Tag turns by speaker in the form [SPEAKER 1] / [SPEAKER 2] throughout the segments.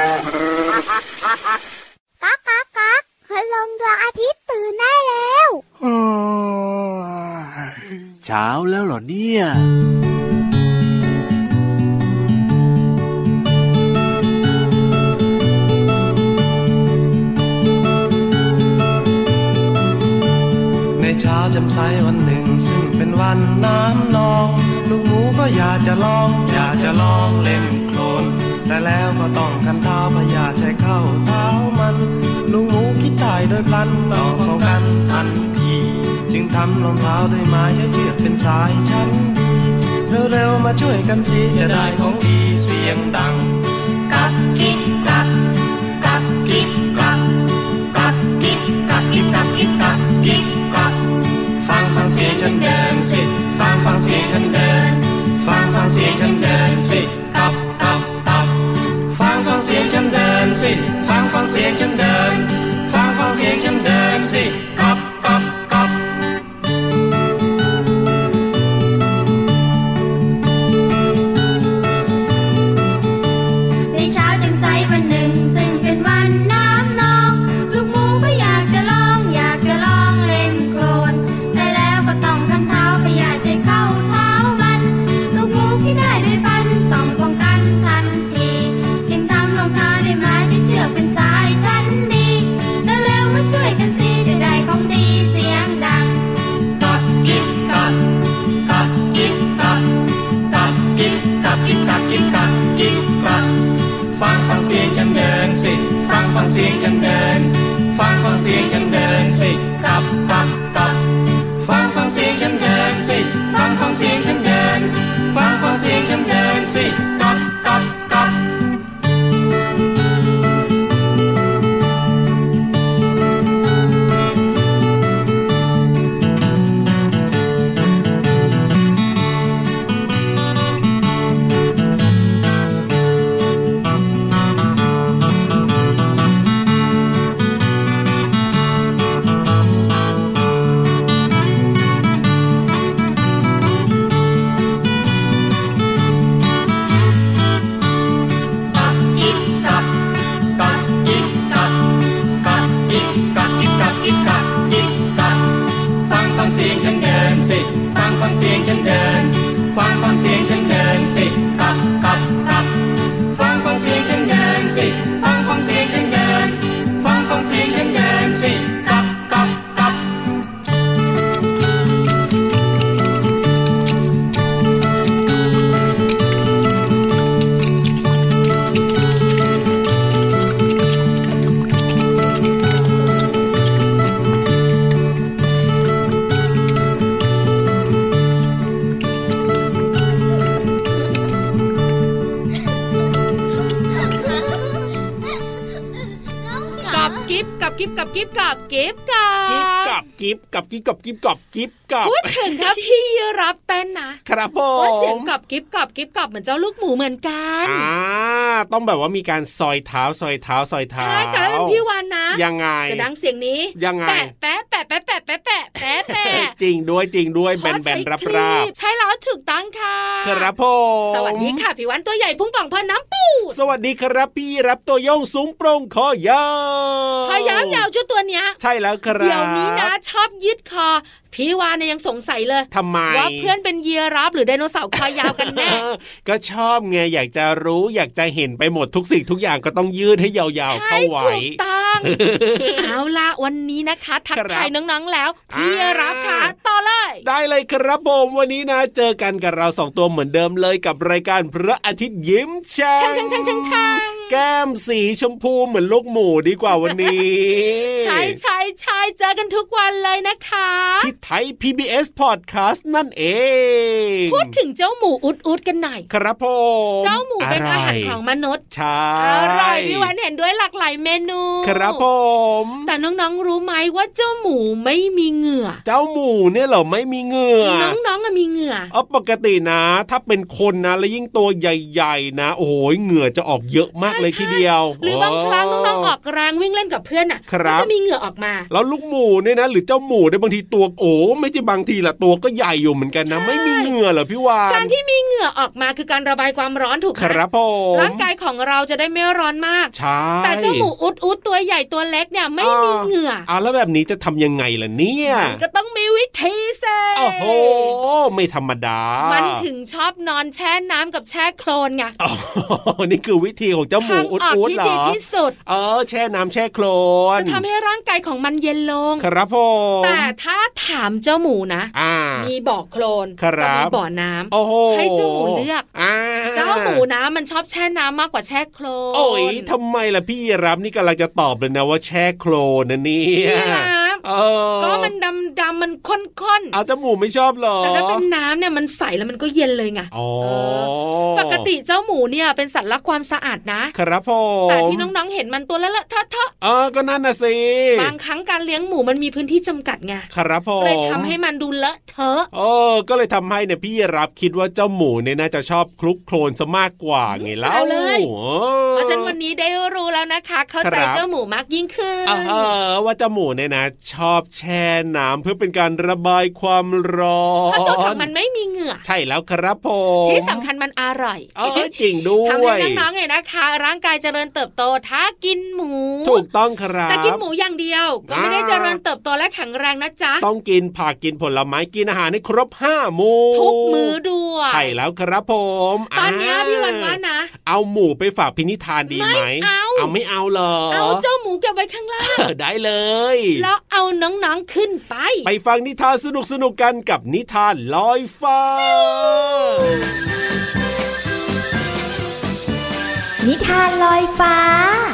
[SPEAKER 1] ก๊ากก๊ากก๊ากคืนลงดวงอาทิตย์ตื่นได้แล้ว
[SPEAKER 2] เช้าแล้วเหรอเนี่ย
[SPEAKER 3] ในเช้าแจ่มใสวันหนึ่งซึ่งเป็นวันน้ำนองลูกหมูก็อยากจะลองเล่นโคลนแต่แล้วก็ต้องกันเท้าพยาใช้เข้าเท้ามันลูกหมูคิดตายโดยพลันต้องป้องกันทันทีจึงทำรองเท้าด้วยไม้ใช้เชือกเป็นสายชั้นดีเร็วๆมาช่วยกันสิจะได้ของดีเสียงดัง
[SPEAKER 4] กักกิ๊กกักกักกิ๊กกักกักกิ๊กกักกิ๊กกักกิ๊กกักกิ๊กกักฟังเสียงฉันเดินสิฟังเสียงฉันเดินฟังเสียงฉันเดินสิกักกักกักฟังเสียงฉันเดินสิฟังเสียงฉันเดินฟังเสียงฉันเดินสิกักกักกัก
[SPEAKER 1] ในเช้าแจ่มใสวันหนึ่งซึ่งเป็นวันน้ำนองลูกหมูก็อยากจะลองเล่นโคลนแต่แล้วก็ต้องกันเท้าพยาใช้เข้าเท้ามันลูกหมูที่ได้ด้วยฟันต้องป้องกันทันทีจึงทำรองเท้าด้วยไม้ที่เชือกเป็นสายชั้นดีเร็วๆมาช่วยกันสิจะได้ของดีเสียงดัง
[SPEAKER 4] กักกิ๊กกักกักกิ๊กกักกักกิ๊กกักกิ๊กกักกิ๊กกักกิ๊กกักฟังเสียงฉันเดินสิฟังเสียงฉันเดินฟังเสียงฉันเดินสิกักกักกักฟังเสียงฉันเดินสิฟังเสียงฉันเดินฟังเสียงฉันเดินสิกักกักกักฟังเสียงฉันเดินสิฟังเสียงฉันเดินฟังเสียงฉันเดินสิกักกักกักฟังเสียงฉันเดินสิฟังเสียงฉันเดินฟังเสียงฉันเดินสิกักกักกัก
[SPEAKER 5] พูดถึงครับพี่รับเต้นนะครับผมว่าเสียงกับกิ๊บเหมือนเจ้าลูกหมูเหมือนกัน
[SPEAKER 2] ต้องแบบว่ามีการซอยเท้าใช่
[SPEAKER 5] แต่ถ้าเป็นพี่วานนะ
[SPEAKER 2] ยังไง
[SPEAKER 5] จะดังเสียงนี้
[SPEAKER 2] ยังไง
[SPEAKER 5] แปะ
[SPEAKER 2] จริงด้วยแบนรับ
[SPEAKER 5] ใช่แล้วถูกต้องค่ะ
[SPEAKER 2] ครับผม
[SPEAKER 5] สวัสดีค่ะพี่วันตัวใหญ่พุ่งป่องพอน้ำปู
[SPEAKER 2] สวัสดีครับพี่รับตัวโยงสูงโปร่งคอย
[SPEAKER 5] าวชุดตัวเนี้ย
[SPEAKER 2] ใช่แล้วครับ
[SPEAKER 5] เดี๋ยวนี้นะชอบยืดคอพี่วานยังสงสัยเลย
[SPEAKER 2] ทำไม
[SPEAKER 5] ว่าเพื่อนเป็นยีราฟหรือไดโนเสาร์คอยาวกันแน่
[SPEAKER 2] ก็ชอบไงอยากจะรู้อยากจะเห็นไปหมดทุกสิ่งทุกอย่างก็ต้องยืดให้ยาวๆเข้าไว้
[SPEAKER 5] ถูกต้อง เอาล่ะวันนี้นะคะทักทายน้องๆแล้วพี่รับค่ะต่อเลย
[SPEAKER 2] ได้เลยครับผมวันนี้นะเจอกันกับเรา2ตัวเหมือนเดิมเลยกับรายการพระอาทิตย์ยิ้มแฉ่งแก้มสีชมพูเหมือนลูกหมูดีกว่าวันนี้
[SPEAKER 5] ใช่เจอกันทุกวันเลยนะคะ
[SPEAKER 2] ที่ไทย PBS Podcast นั่นเอง
[SPEAKER 5] พูดถึงเจ้าหมูอุดกันหน่อย
[SPEAKER 2] ครับผม
[SPEAKER 5] เจ้าหมูเป็นอาหารของมนุษย์
[SPEAKER 2] ใช่
[SPEAKER 5] อร่อยพี่วันเห็นด้วยหลากหลายเมนู
[SPEAKER 2] ครับผม
[SPEAKER 5] แต่น้องๆรู้ไหมว่าเจ้าหมูไม่มีเหงื่อ
[SPEAKER 2] เจ้าหมูเนี่ยเหรอรอไม่มีเหงื่อ
[SPEAKER 5] น้องๆมีเหงื่อ
[SPEAKER 2] ปกตินะถ้าเป็นคนนะแล้วยิ่งตัวใหญ่ๆนะโอ้โหเหงื่อจะออกเยอะมากเลยทีเดียว
[SPEAKER 5] หรือบางครั้งน้องๆออกแรงวิ่งเล่นกับเพื่อนอ่ะก็จะมีเหงื่อออกมา
[SPEAKER 2] แล้วลูกหมูเนี่ยนะหรือเจ้าหมูเนี่ยบางทีตัวโอ้ไม่ใช่บางทีละตัวก็ใหญ่อยู่เหมือนกันนะไม่มีเหงื่อเหรอพี่วาน
[SPEAKER 5] การที่มีเหงื่อออกมาคือการระบายความร้อนถูกไหม
[SPEAKER 2] ครับผม
[SPEAKER 5] ร่างกายของเราจะได้ไม่ร้อนมาก
[SPEAKER 2] ใช่
[SPEAKER 5] แต่เจ้าหมูอุดตัวใหญ่ตัวเล็กเนี่ยไม่มีเหงื่อ
[SPEAKER 2] แล้วแบบนี้จะทำยังไงล่ะเนี่ย
[SPEAKER 5] ก็ต้องมีวิธีเซ่
[SPEAKER 2] โอ้โหไม่ธรรมดา
[SPEAKER 5] มันถึงชอบนอนแช่น้ำกับแช่โคลนไง
[SPEAKER 2] นี่คือวิธีของเจ้าหมูอุดเหรอ
[SPEAKER 5] ที่ดีที่สุด
[SPEAKER 2] แช่น้ำแช่โคลน
[SPEAKER 5] จะทำให้ร่างกายของมันเย็นลง
[SPEAKER 2] ครับผม
[SPEAKER 5] แต่ถ้าถามเจ้าหมูนะมีบ่อโคลนกับมีบ่อน้ำให้เจ้าหมูเลือกเจ้าหมูนะมันชอบแช่น้ำมากกว่าแช่โคลน
[SPEAKER 2] โอ้ยทำไมล่ะพี่รับนี่กำลังจะตอบเลยนะว่าแช่โคลนนะเนี่ย
[SPEAKER 5] ก็มันดำมันข้น
[SPEAKER 2] ๆเจ้าหมูไม่ชอบหรอ
[SPEAKER 5] แต่ถ้าเป็นน้ำเนี่ยมันใสแล้วมันก็เย็นเลยไงปกติเจ้าหมูเนี่ยเป็นสัตว์รักความสะอาดนะครับ
[SPEAKER 2] ผม
[SPEAKER 5] แต่ที่น้องๆเห็นมันตัวเลอะเทอะ
[SPEAKER 2] ก็นั่นน่ะสิ
[SPEAKER 5] บางครั้งการเลี้ยงหมูมันมีพื้นที่จำกัดไง
[SPEAKER 2] ครับผม
[SPEAKER 5] เลยทำให้มันดูเลอะเทอะ
[SPEAKER 2] ก็เลยทำให้เนี่ยพี่รับคิดว่าเจ้าหมูเนี่ยน่าจะชอบคลุกโคลนซะมากกว่าไงเล่า
[SPEAKER 5] เพราะฉะนั้นวันนี้ได้รู้แล้วนะคะเข้าใจเจ้าหมูมากยิ่งขึ้น
[SPEAKER 2] ว่าเจ้าหมูเนี่ยนะชอบแช่น้ำเพื่อเป็นการระบายความร้อน
[SPEAKER 5] เพราะตัวของมันไม่มีเหงื่อ
[SPEAKER 2] ใช่แล้วครับผม
[SPEAKER 5] ที่สำคัญมันอร่อย
[SPEAKER 2] จริงด้วย
[SPEAKER 5] ทำให้น้องๆไงนะคะร่างกายเจริญเติบโตถ้ากินหมู
[SPEAKER 2] ถูกต้องครับ
[SPEAKER 5] แต่กินหมูอย่างเดียวก็ไม่ได้เจริญเติบโตและแข็งแรงนะจ๊ะ
[SPEAKER 2] ต้องกินผักกินผลไม้กินอาหารให้ครบ5 หมู่
[SPEAKER 5] ทุกมื้อด้วย
[SPEAKER 2] ใช่แล้วครับผม
[SPEAKER 5] ตอนนี้พี่วันว่านะ
[SPEAKER 2] เอาหมูไปฝากพินิธานดีไหมไม่เอาหรอ
[SPEAKER 5] เอาเจ้าหมูเก็บไว้ข้างล่าง
[SPEAKER 2] ได้เลย
[SPEAKER 5] แล้วเอาน้องๆขึ้นไป
[SPEAKER 2] ฟังนิทานสนุกๆกันกับนิทานลอยฟ้า
[SPEAKER 6] นิทานลอยฟ้า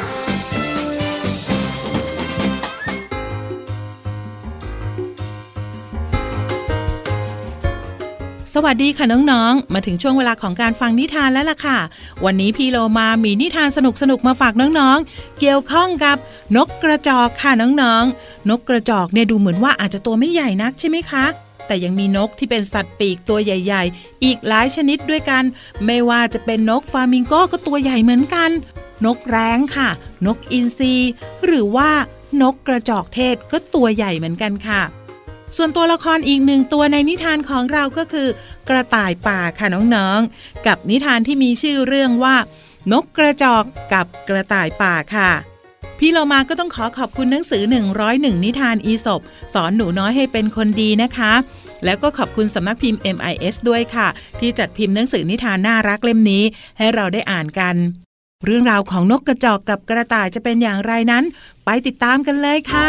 [SPEAKER 7] สวัสดีค่ะน้องๆมาถึงช่วงเวลาของการฟังนิทานแล้วล่ะค่ะวันนี้พี่โลมามีนิทานสนุกๆมาฝากน้องๆเกี่ยวข้องกับนกกระจอกค่ะน้องๆนกกระจอกเนี่ยดูเหมือนว่าอาจจะตัวไม่ใหญ่นักใช่ไหมคะแต่ยังมีนกที่เป็นสัตว์ปีกตัวใหญ่ๆอีกหลายชนิดด้วยกันไม่ว่าจะเป็นนกฟลามิงโก้ก็ตัวใหญ่เหมือนกันนกแร้งค่ะนกอินทรีหรือว่านกกระจอกเทศก็ตัวใหญ่เหมือนกันค่ะส่วนตัวละครอีกหนึ่งตัวในนิทานของเราก็คือกระต่ายป่าค่ะน้องๆกับนิทานที่มีชื่อเรื่องว่านกกระจอกกับกระต่ายป่าค่ะพี่เรามาก็ต้องขอบคุณหนังสือ101นิทานอีสปสอนหนูน้อยให้เป็นคนดีนะคะแล้วก็ขอบคุณสำนักพิมพ์ MIS ด้วยค่ะที่จัดพิมพ์หนังสือนิทานน่ารักเล่มนี้ให้เราได้อ่านกันเรื่องราวของนกกระจอกกับกระต่ายจะเป็นอย่างไรนั้นไปติดตามกันเลยค่ะ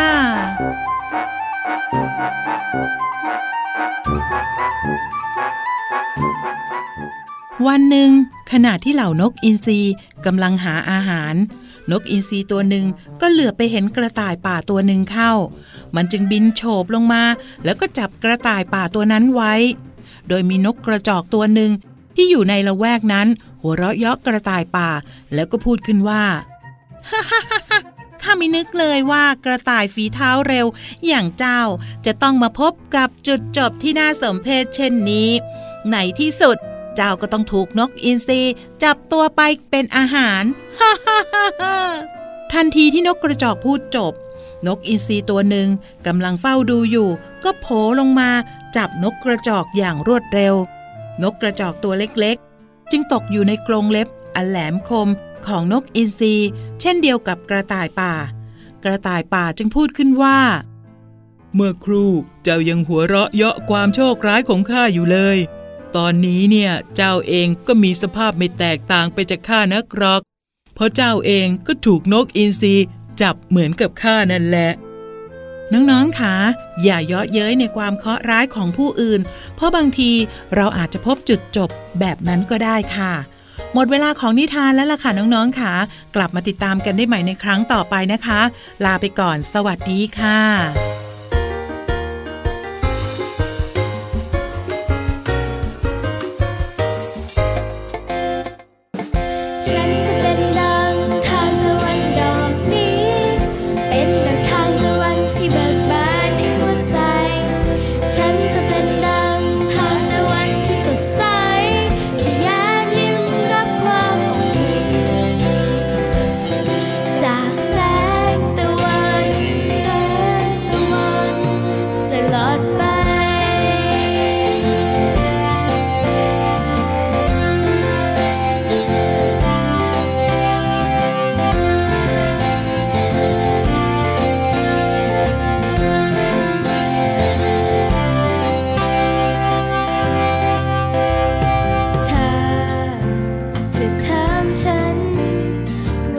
[SPEAKER 7] วันหนึ่งขณะที่เหล่านกอินทรีกำลังหาอาหารนกอินทรีตัวหนึ่งก็เหลือบไปเห็นกระต่ายป่าตัวหนึ่งเข้ามันจึงบินโฉบลงมาแล้วก็จับกระต่ายป่าตัวนั้นไว้โดยมีนกกระจอกตัวหนึ่งที่อยู่ในละแวกนั้นหัวเราะเยาะกระต่ายป่าแล้วก็พูดขึ้นว่า ข้าไม่นึกเลยว่ากระต่ายฝีเท้าเร็วอย่างเจ้าจะต้องมาพบกับจุดจบที่น่าสมเพชเช่นนี้ในที่สุดเจ้าก็ต้องถูกนกอินทรีจับตัวไปเป็นอาหาร ทันทีที่นกกระจอกพูดจบนกอินทรีตัวหนึ่งกำลังเฝ้าดูอยู่ก็โผล่ลงมาจับนกกระจอกอย่างรวดเร็วนกกระจอกตัวเล็กๆจึงตกอยู่ในกรงเล็บอันแหลมคมของนกอินทรีเช่นเดียวกับกระต่ายป่ากระต่ายป่าจึงพูดขึ้นว่าเมื่อครู่เจ้ายังหัวเราะเยาะความโชคร้ายของข้าอยู่เลยตอนนี้เนี่ยเจ้าเองก็มีสภาพไม่แตกต่างไปจากข้านักหรอกเพราะเจ้าเองก็ถูกนกอินทรีจับเหมือนกับข้านั่นแหละน้องๆคะอย่าเยาะเย้ยในความเคราะห์ร้ายของผู้อื่นเพราะบางทีเราอาจจะพบจุดจบแบบนั้นก็ได้ค่ะหมดเวลาของนิทานแล้วล่ะค่ะน้องๆค่ะกลับมาติดตามกันได้ใหม่ในครั้งต่อไปนะคะลาไปก่อนสวัสดีค่ะ
[SPEAKER 1] เป็นดอกทานตะวันที่เบิกบานในหัวใจฉันจะ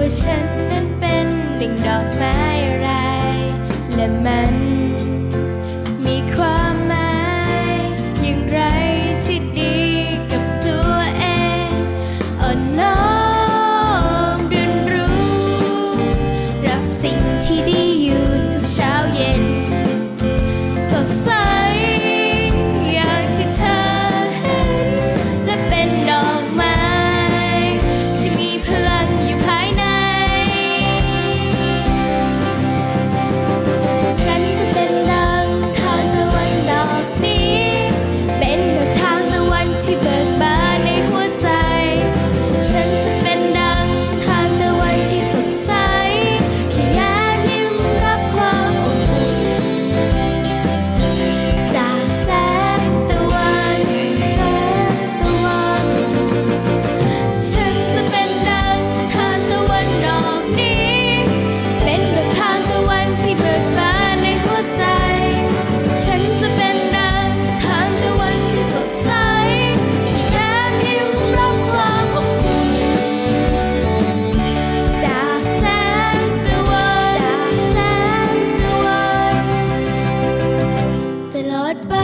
[SPEAKER 1] ว่าฉันนั้นเป็นดังดอกไม้ไรและมันมีความหมายอย่างไรที่ดีกับตัวเองอ่อนน้อมเรียนรู้รับสิ่งที่ดีอยู่ทุกเช้าเย็นสดใสอย่างที่เธอเห็นและเป็นดอกไม้ที่มีพลังอยู่ภายในฉันจะเป็นดังทานตะวันดอกนี้เป็นแบบทางตะวันที่เบิกบานในหัวใจฉันจะเป็นดังทานตะวันที่สดใสแค่อยากยิ้มรับความอบอุ่นจากแสงตะวันฉันจะเป็นดังทานตะวันดอกนี้เป็นแบบทางตะวันที่เบิกบานในหัวใจฉันจะเป็นดังทางตะวันที่สดใสที่แอบยิ้มรับความอบอุ่นจากแสงตะวันตลอดไป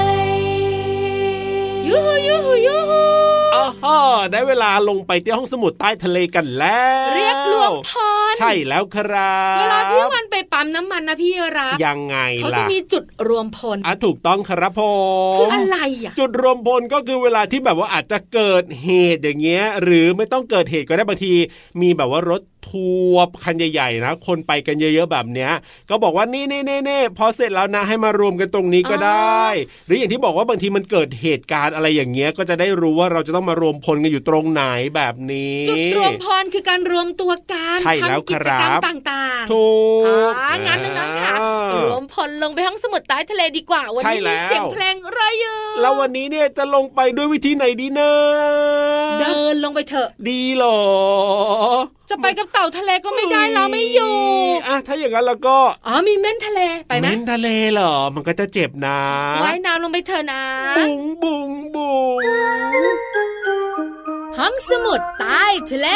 [SPEAKER 1] ยูฮูยูฮูยูฮู
[SPEAKER 2] ได้เวลาลงไปที่ห้องสมุดใต้ทะเลกันแล้ว
[SPEAKER 5] เรียกรวมพล
[SPEAKER 2] ใช่แล้วครับ
[SPEAKER 5] เวลาพี่วันไปปั๊มน้ำมันนะพี่รับ
[SPEAKER 2] ยังไงล่ะ
[SPEAKER 5] เขาจะมีจุดรวมพล
[SPEAKER 2] ถูกต้องครับผม
[SPEAKER 5] คืออะไรอ่ะ
[SPEAKER 2] จุดรวมพลก็คือเวลาที่แบบว่าอาจจะเกิดเหตุอย่างเงี้ยหรือไม่ต้องเกิดเหตุก็ได้บางทีมีแบบว่ารถทัวร์คันใหญ่ๆนะคนไปกันเยอะๆแบบเนี้ยก็บอกว่านี่พอเสร็จแล้วนะให้มารวมกันตรงนี้ก็ได้หรืออย่างที่บอกว่าบางทีมันเกิดเหตุการณ์อะไรอย่างเงี้ยก็จะได้รู้ว่าเราจะต้องมารวมพลกันอยู่ตรงไหนแบบนี้
[SPEAKER 5] จุดรวมพลคือการรวมตัวกัน
[SPEAKER 2] ทำกิจกรรม
[SPEAKER 5] ต่าง
[SPEAKER 2] ๆถูก
[SPEAKER 5] งั้นน้องๆค่ะรวมพลลงไปห้องสมุดใต้ทะเลดีกว่าวันนี้มีเสียงเพลงรออยู่
[SPEAKER 2] แล้ววันนี้เนี่ยจะลงไปด้วยวิธีไหนดีนะ
[SPEAKER 5] เดินลงไปเถอะ
[SPEAKER 2] ดีหรอ
[SPEAKER 5] จะไปกับเต่าทะเลก็ไม่ได้เราไม่อยู่
[SPEAKER 2] ถ้าอย่างนั้นแล้วก็
[SPEAKER 5] มีเม่นทะเลไปไหม
[SPEAKER 2] เม่นทะเลเหรอมันก็จะเจ็บนะ
[SPEAKER 5] ว่ายน้ำลงไปเถอะนะ
[SPEAKER 2] บุ๋งบุ๋งบุ๋ง
[SPEAKER 5] ห้องสมุดใต้ทะเล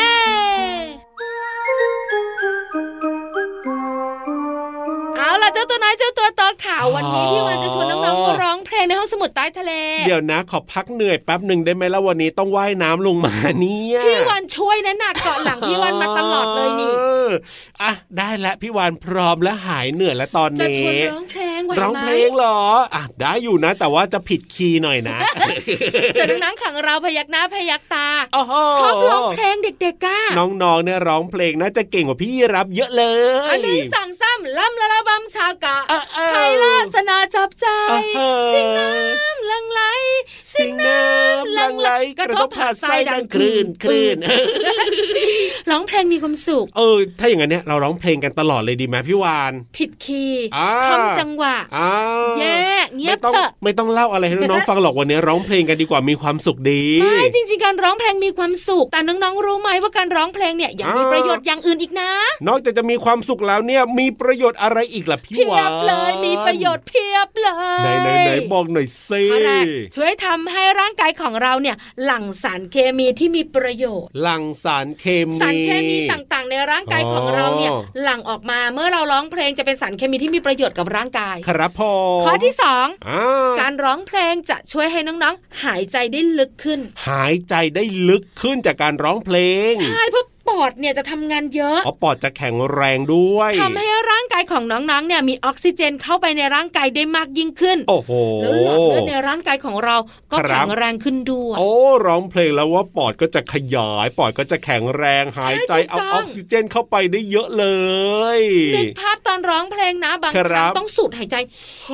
[SPEAKER 5] เอาล่ะเจ้าตัวน้อยเจ้าตัวโตข่าววันนี้พี่วันจะชวนน้องๆมาร้องเพลงในห้องสมุดใต้ทะเล
[SPEAKER 2] เดี๋ยวนะขอพักเหนื่อยแป๊บหนึ่งได้ไหมแล้ววันนี้ต้องว่ายน้ำลงมาเนี่ย
[SPEAKER 5] พี่วันช่วยนะหนักเกาะหลังพี่วันมาตลอดเลยนี่
[SPEAKER 2] ได้แล้วพี่วันพร้อมและหายเหนื่อยแล้วตอนนี้
[SPEAKER 5] จะชวนร้องเพลงไหวไหม
[SPEAKER 2] ร้องเพลงเหรอได้อยู่นะแต่ว่าจะผิดคีย์หน่อยนะ
[SPEAKER 5] ส่วนน้องๆขังเราพยักหน้าพยักตาชอบร้องเพลงเด็กๆก้า
[SPEAKER 2] น้องๆเนี่ยร้องเพลงน่าจะเก่งกว่าพี่รับเยอะเลย
[SPEAKER 5] อันนี้สั่งซ้ำล่ำละบำชาวกะไพเราะสนาจับใจสิ่งน้ำลังไหลสิ่งน้ำลังไหลกระทบหาดทรายดังคลื่นร้องเพลงมีความสุข
[SPEAKER 2] ถ้าอย่างนั้นเนี่ยเราร้องเพลงกันตลอดเลยดีไหมพี่วาน
[SPEAKER 5] ผิดคีย์คำจังหวะแย่เงียบเถอะ
[SPEAKER 2] ไม่ต้องเล่าอะไรให้น้องๆฟังหรอกวันนี้ร้องเพลงกันดีกว่ามีความสุขดี
[SPEAKER 5] ไม่จริงๆการร้องเพลงมีความสุขแต่น้องๆรู้ไหมว่าการร้องเพลงเนี่ยยังมีประโยชน์อย่างอื่นอีกนะ
[SPEAKER 2] นอกจากจะมีความสุขแล้วเนี่ยมีประโยชน์อะไรอีกล่ะพี่วาน
[SPEAKER 5] เพียบเลยมีประโยชน์เพียบเลย
[SPEAKER 2] ไหนบอกหน่อยสิ
[SPEAKER 5] ช่วยทำให้ร่างกายของเราเนี่ยหลั่งสารเคมีที่มีประโยชน์
[SPEAKER 2] หลั่งสารเค
[SPEAKER 5] มีต่างๆในร่างกายของเราเนี่ยหลั่งออกมาเมื่อเราร้องเพลงจะเป็นสารเคมีที่มีประโยชน์กับร่างกาย
[SPEAKER 2] ครับพ่อ
[SPEAKER 5] ข้อที่2การร้องเพลงจะช่วยให้น้องๆหายใจได้ลึกขึ้น
[SPEAKER 2] หายใจได้ลึกขึ้นจากการร้องเพลง
[SPEAKER 5] ใช่เพราะปอดเนี่ยจะทำงานเยอะ
[SPEAKER 2] ปอดจะแข็งแรงด้วย
[SPEAKER 5] ทำให้ร่างกายของน้องๆเนี่ยมีออกซิเจนเข้าไปในร่างกายได้มากยิ่งขึ้น
[SPEAKER 2] โอ้โห
[SPEAKER 5] แล้วหลอดเลือดในร่างกายของเราก็แข็งแรงขึ้นด้วย
[SPEAKER 2] ร้องเพลงแล้วว่าปอดก็จะขยายปอดก็จะแข็งแรงหายใจเอาออกซิเจนเข้าไปได้เยอะเลย
[SPEAKER 5] นึกภาพตอนร้องเพลงนะบางครั้งต้องสูดหายใจ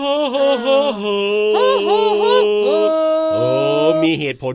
[SPEAKER 2] มีเหตุผล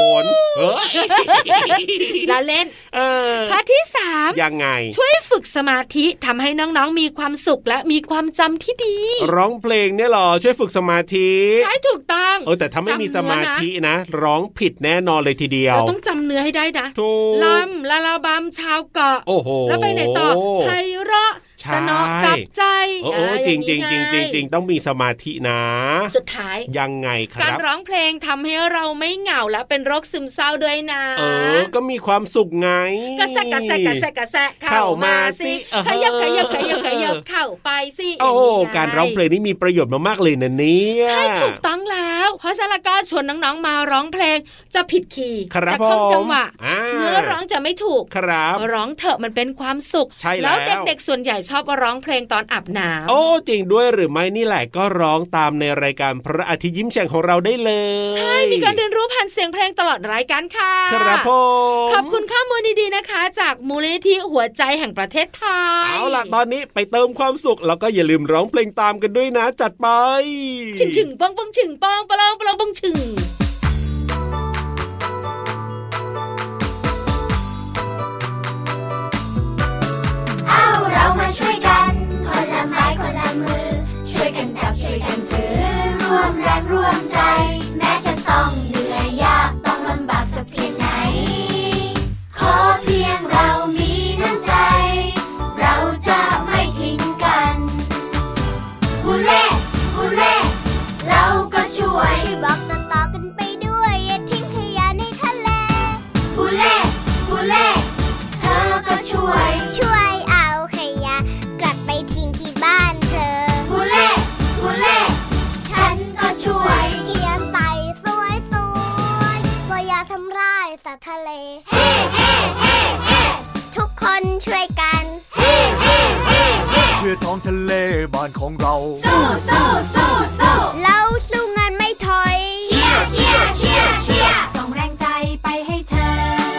[SPEAKER 5] ละเล่นข้อที่3
[SPEAKER 2] ยังไง
[SPEAKER 5] ช่วยฝึกสมาธิทำให้น้องๆมีความสุขและมีความจำที่ดี
[SPEAKER 2] ร้องเพลงเนี่ยหรอช่วยฝึกสมาธิ
[SPEAKER 5] ใช่ถูกต้อง
[SPEAKER 2] แต่ถ้าไม่มีสมาธินะร้องผิดแน่นอนเลยทีเดียว
[SPEAKER 5] เราต้องจำเนื้อให้ได้นะลำละบำชาวเกาะแล้วไปไหนต่อไพเราะสนอจับใจ
[SPEAKER 2] โอ้จริงจริงจริงจริงจริงต้องมีสมาธินะ
[SPEAKER 5] สุดท้าย
[SPEAKER 2] ยังไงครับ
[SPEAKER 5] การร้องเพลงทำให้เราไม่เหงาและเป็นโรคซึมเศร้าด้วยนะ
[SPEAKER 2] ก็มีความสุขไง
[SPEAKER 5] กระแสกระแสกระแสกระแสเข้ามาสิขยับขยับขยับขยับเข้าไปสิ
[SPEAKER 2] โอ้การร้องเพลงนี่มีประโยชน์มากๆเลยนะเนี่ย
[SPEAKER 5] ใช่ถูกต้องแล้วเพราะฉะนั้นก็ชวนน้องๆมาร้องเพลงจะผิดคีย์
[SPEAKER 2] จะ
[SPEAKER 5] เข้าจังหวะเนื้อร้องจะไม่ถูกร้องเถอะมันเป็นความสุขแล้วเด็กๆส่วนใหญ่ชอบร้องเพลงตอนอาบน้ำ
[SPEAKER 2] โอ้จริงด้วยหรือไม่นี่แหละก็ร้องตามในรายการพระอาทิตย์ยิ้มแฉ่งของเราได้เลย
[SPEAKER 5] ใช่มีการเรียนรู้ผ่านเสียงเพลงตลอดรายการค่ะ
[SPEAKER 2] ครับผม
[SPEAKER 5] ขอบคุณข้อมูลดีๆนะคะจากมูลนิธิหัวใจแห่งประเทศไทย
[SPEAKER 2] เอาล่ะตอนนี้ไปเติมความสุขแล้วก็อย่าลืมร้องเพลงตามกันด้วยนะจัดไป
[SPEAKER 5] ชึงชึงปองปองชึงปองปลองปลองปองชึง
[SPEAKER 1] เอาเรามาช่วยกันคนละไม้คนละมือช่วยกันจับช่วยกันถือร่วมแรงร่วมใจแม้จะต้องเหนื่อยยากต้องลำบากสักเพียงไหนขอเพียงเรามีน้ำใจเราจะไม่ทิ้งกันฮูเล่ฮูเล่เราก็ช่วยบอกต่อๆกันไปด้วยอย่าทิ้งขยะในทะเลฮูเล่ฮูเล่เธอก็ช่วยเอาขยะกลับไปทิ้งที่บ้านเธอฮูเล่ฮูเล่ฉันก็ช่วยเขียนไปสวยๆว่าอย่าทำร้ายสัตว์ทะเลเฮ้เฮ้เฮ้เฮ้ทุกคนช่วยกันเฮ้เฮ้เฮ้เฮ้
[SPEAKER 3] เพื่อท้องทะเลบ้านของเรา
[SPEAKER 1] สู้เราสู้งานไม่ถอยเชียร์ส่งแรงใจไปให้เธอ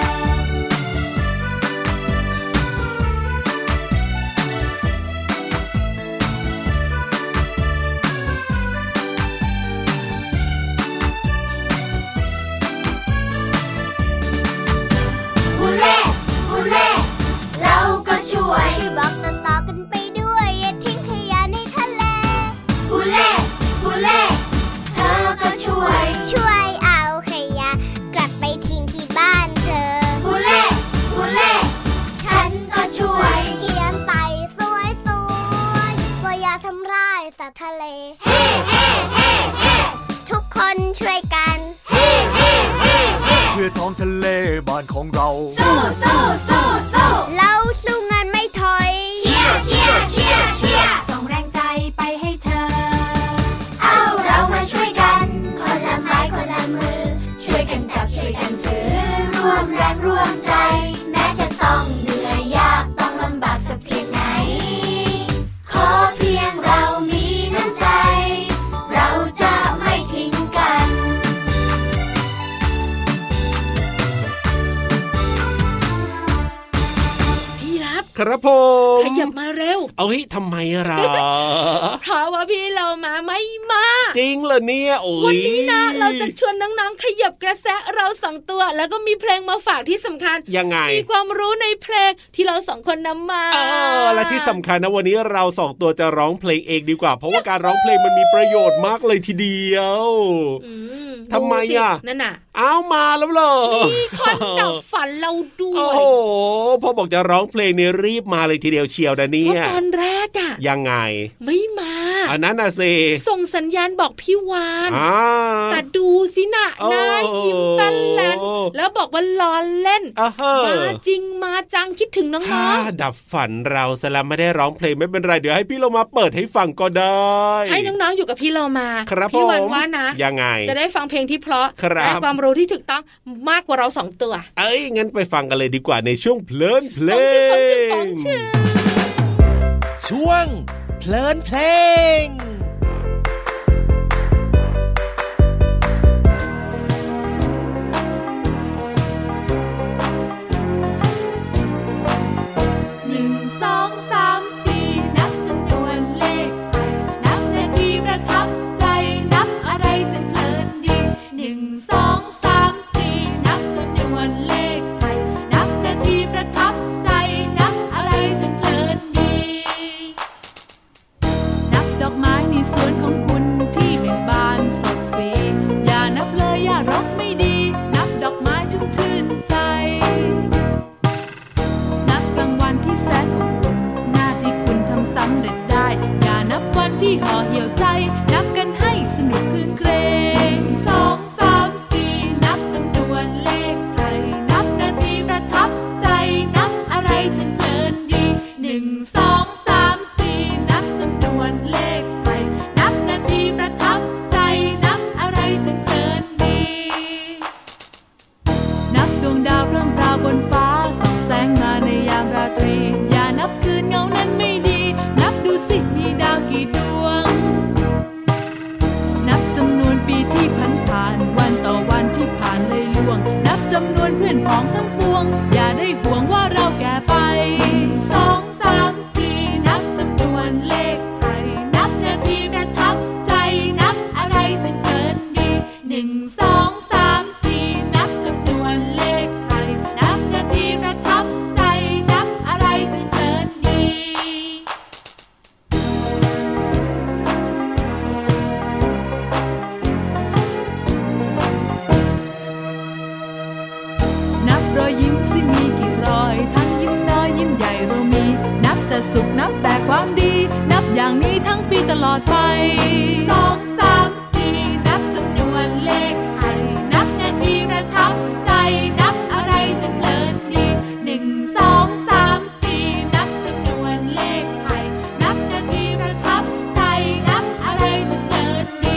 [SPEAKER 1] ฮูเล่ฮูเล่เราก็ช่วยบอกต่อๆกันไปด้วยอย่าทิ้งขยะในทะเลฮูเล่ฮูเล่เธอก็ช่วยเอาขยะกลับไปทิ้งที่บ้านเธอฮูเล่ฮูเล่ฉันก็ช่วยเขียนไปสวยๆว่าอย่าทำร้ายสัตว์ทะเลเฮ้เฮ้เฮ้เฮ้ทุกคนช่วยกันเฮ้เฮ้เฮ้เฮ้
[SPEAKER 3] เพื่อท้องทะเลบ้านของเรา
[SPEAKER 1] สู้เราสู้งานไม่ถอยเชียร์ส่งแรงใจไปให้เธอเอาเรามาช่วยกันคนละไม้คนละมือช่วยกันจับช่วยกันถือร่วมแรงร่วมใจแม้จะต้องเหนื่อยยากต้องลำบากสักเพียงไหนขอเพียงเรามีน้ำใจเราจะไม่ทิ้งกัน
[SPEAKER 2] ครับผม
[SPEAKER 5] ขยับมาเร็ว
[SPEAKER 2] เอาเฮ้ยทำไมล่ะ
[SPEAKER 5] เพราะว่าพี่เรามาไม่มา
[SPEAKER 2] จริงเหรอเนี่ยโอ้ย
[SPEAKER 5] วันนี้นะเราจะชวนน้องๆขยับกระแสเรา2ตัวแล้วก็มีเพลงมาฝากที่สำคัญ
[SPEAKER 2] ยังไง
[SPEAKER 5] มีความรู้ในเพลงที่เรา2คนนำมา
[SPEAKER 2] และที่สำคัญนะวันนี้เรา2ตัวจะร้องเพลงเองดีกว่าเพราะว่าการร้องเพลงมันมีประโยชน์มากเลยทีเดียวทำไมอ่ะ
[SPEAKER 5] นั่นน่ะ
[SPEAKER 2] เอามาแล้วเหรอ
[SPEAKER 5] มีคนดับฝันเราด้วย
[SPEAKER 2] โอ้โหพอบอกจะร้องเพลงนี่รีบมาเลยทีเดียวเชียวนะเนี่ย
[SPEAKER 5] ตอนแรกอ่ะ
[SPEAKER 2] ยังไง
[SPEAKER 5] ไม่มา
[SPEAKER 2] อันนั้นน่ะสิ
[SPEAKER 5] ส่งสัญญาณบอกพี่วานแต่ดูสินะนายยิ้มตันแลนแล้วบอกว่าล้อเล่นมาจริงมาจังคิดถึงน้อง
[SPEAKER 2] ๆดับฝันเราซะแล้วไม่ได้ร้องเพลงไม่เป็นไรเดี๋ยวให้พี่โลมาเปิดให้ฟังก็ได้
[SPEAKER 5] ให้น้องๆอยู่กับพี่โลมาพี่วานว่านะ
[SPEAKER 2] ยังไง
[SPEAKER 5] จะได้ฟังเพลงที่เพราะและความรู้ที่ถูกต้องมากกว่าเรา2ตัว
[SPEAKER 2] งั้นไปฟังกันเลยดีกว่าในช่วงเพลินเพลง
[SPEAKER 8] ช่วงเพลินเพลง
[SPEAKER 9] ดอกไม้ 2 3 4นับจำนวนเลขไทยนับนาทีประทับใจนับอะไรจึงเกินดีนับดวงดาวเริ่มราวบนฟ้าส่องแสงมาในยามราตรีอย่านับคืนเงานั้นไม่ดีนับดูสิมีดาวกี่ดวงนับจำนวนปีที่ผ่านวันต่อวันที่ผ่านเลยล่วงนับจำนวนเพื่อนพ้องทั้งปวงอย่าได้ห่วงว่าเราแก่ไป2 3 4นับจำนวนเลขไทยนับนาทีประทับใจนับอะไรจึงเกินดี1 2 3 4นับจำนวนเลขไทยนับนาทีประทับใจนับอะไรจึงเกินดีนับรอยยิ้มสิมีกี่รอยทั้งยิ้มน้อยยิ้มใหญ่เรามีนับแต่สุขนับแต่ความดีนับอย่างนี้ทั้งปีตลอดไป2 3 4นับจำนวนเลขไทยนับนาทีประทับใจนับอะไรจึงเพลินดี1 2 3 4นับจำนวนเลขไทยนับนาทีประทับใจนับอะไรจึงเพลินดี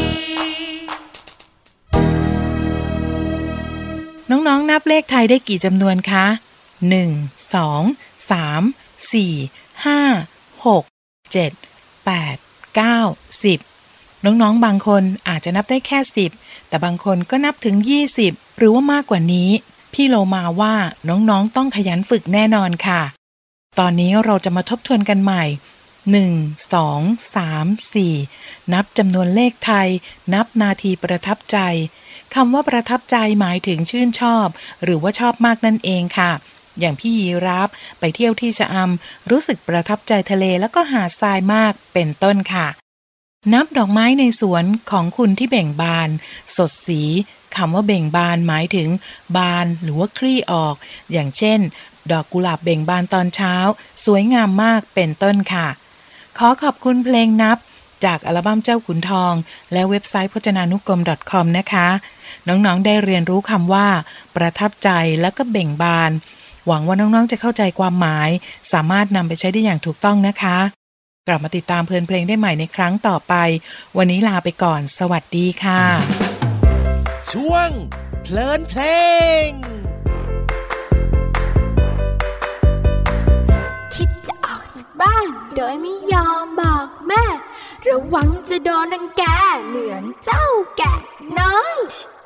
[SPEAKER 7] น้องๆนับเลขไทยได้กี่จำนวนคะ1 2 3 4 5 6 7 8 9 10น้องๆบางคนอาจจะนับได้แค่10แต่บางคนก็นับถึง20หรือว่ามากกว่านี้พี่โลมาว่าน้องๆต้องขยันฝึกแน่นอนค่ะตอนนี้เราจะมาทบทวนกันใหม่1 2 3 4นับจำนวนเลขไทยนับนาทีประทับใจคำว่าประทับใจหมายถึงชื่นชอบหรือว่าชอบมากนั่นเองค่ะอย่างพี่ยีราฟไปเที่ยวที่ชะอำรู้สึกประทับใจทะเลแล้วก็หาดทรายมากเป็นต้นค่ะนับดอกไม้ในสวนของคุณที่เบ่งบานสดสีคำว่าเบ่งบานหมายถึงบานหรือว่าคลี่ออกอย่างเช่นดอกกุหลาบเบ่งบานตอนเช้าสวยงามมากเป็นต้นค่ะขอขอบคุณเพลงนับจากอัลบั้มเจ้าขุนทองและเว็บไซต์พจนานุกรม .com นะคะน้องๆได้เรียนรู้คำว่าประทับใจแล้วก็เบ่งบานหวังว่าน้องๆจะเข้าใจความหมายสามารถนำไปใช้ได้อย่างถูกต้องนะคะกลับมาติดตามเพลินเพลงได้ใหม่ในครั้งต่อไปวันนี้ลาไปก่อนสวัสดีค่ะ
[SPEAKER 8] ช่วงเพลินเพลง
[SPEAKER 10] คิดจะออกจากบ้านโดยไม่ยอมบอกแม่ระวังจะโดนรังแกเหมือนเจ้าแกะน้อย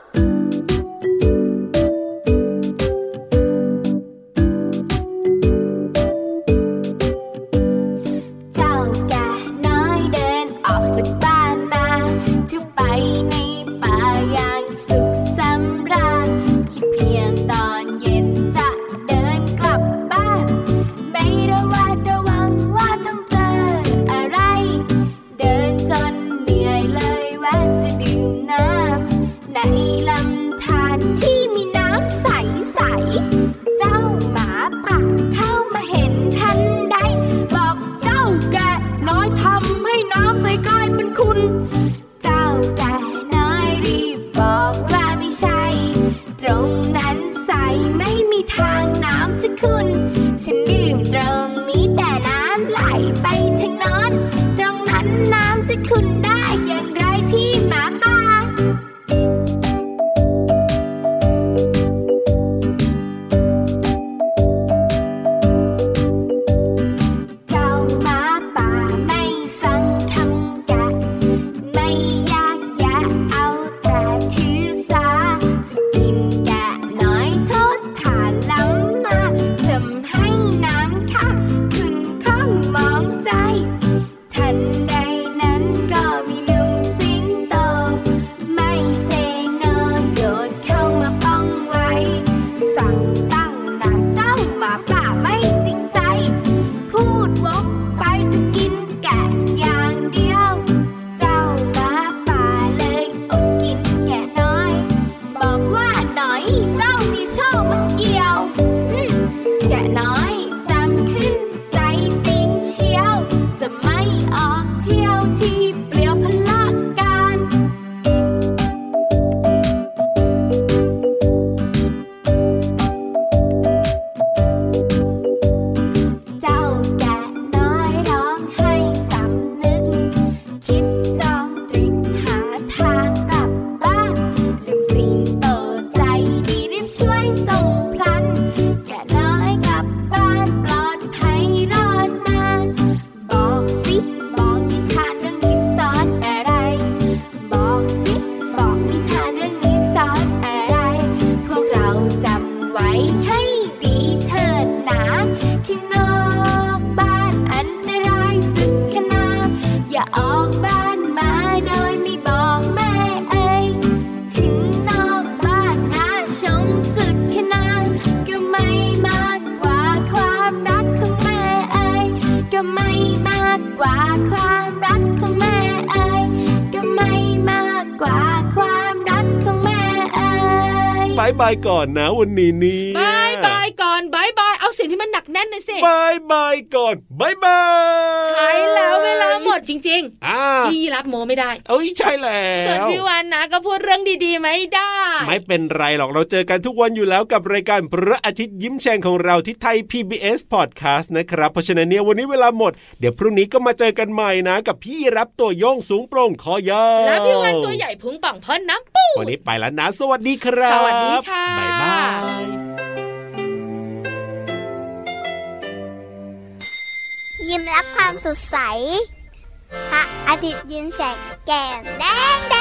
[SPEAKER 10] จากบ้านมาเที่ยวไปในป่าอย่างสุขสำราญคิดเพียงตอนเย็นจะเดินกลับบ้านไม่ระวังว่าต้องเจออะไรเดินจนเหนื่อยเลยแวะจะดื่มน้ำในลำธารที่มีน้ำใสๆเจ้าหมาป่าเข้ามาเห็นทันใดบอกเจ้าแกะน้อยทำให้น้ำใสกลายเป็นคุณเจ้าแกะน้อยรีบบอกว่าไม่ใช่ตรงนั้นใสไม่มีทางน้ำจะขุ่นฉันดื่มตรงนี้แต่น้ำไหลไปทางโน้นตรงนั้นน้ำจะขุ่นได้อย่างไรพี่หมาป่ามก็ไม่มากกว่าความรักของแม่เอ๋ยก็ไม่มากกว่าความรักของแม่เอ๋ย
[SPEAKER 2] บายบายก่อนนะวันนี้นี่
[SPEAKER 5] บายบายก่อนบายบายเอาเสียงที่มันหนักแน่นหน่อยสิ
[SPEAKER 2] บายบายก่อนบายบาย
[SPEAKER 5] ใช่แล้วเวลาหมดจริงๆพี่รับโมไม่ได้
[SPEAKER 2] เอ้ยใช่แล้ว
[SPEAKER 5] ส่วนพี่วานนะก็พูดเรื่องดีๆไม่ได้
[SPEAKER 2] ไม่เป็นไรหรอกเราเจอกันทุกวันอยู่แล้วกับรายการพระอาทิตย์ยิ้มแฉ่งของเราที่ไทย PBS Podcast นะครับเพราะฉะนั้นเนี่ยวันนี้เวลาหมดเดี๋ยวพรุ่งนี้ก็มาเจอกันใหม่นะกับพี่รับตัวโยงสูงโปร่งคอยาว
[SPEAKER 5] และพี่วานตัวใหญ่พุงป่องพ่นน้ำปู
[SPEAKER 2] วันนี้ไปแล้วนะสวัสดีครับ
[SPEAKER 5] สวัสดีค่ะ
[SPEAKER 2] บ๊ายบาย
[SPEAKER 1] ยิ้มรับความสดใสพระอาทิตย์ยิ้มแฉกแก้มแดง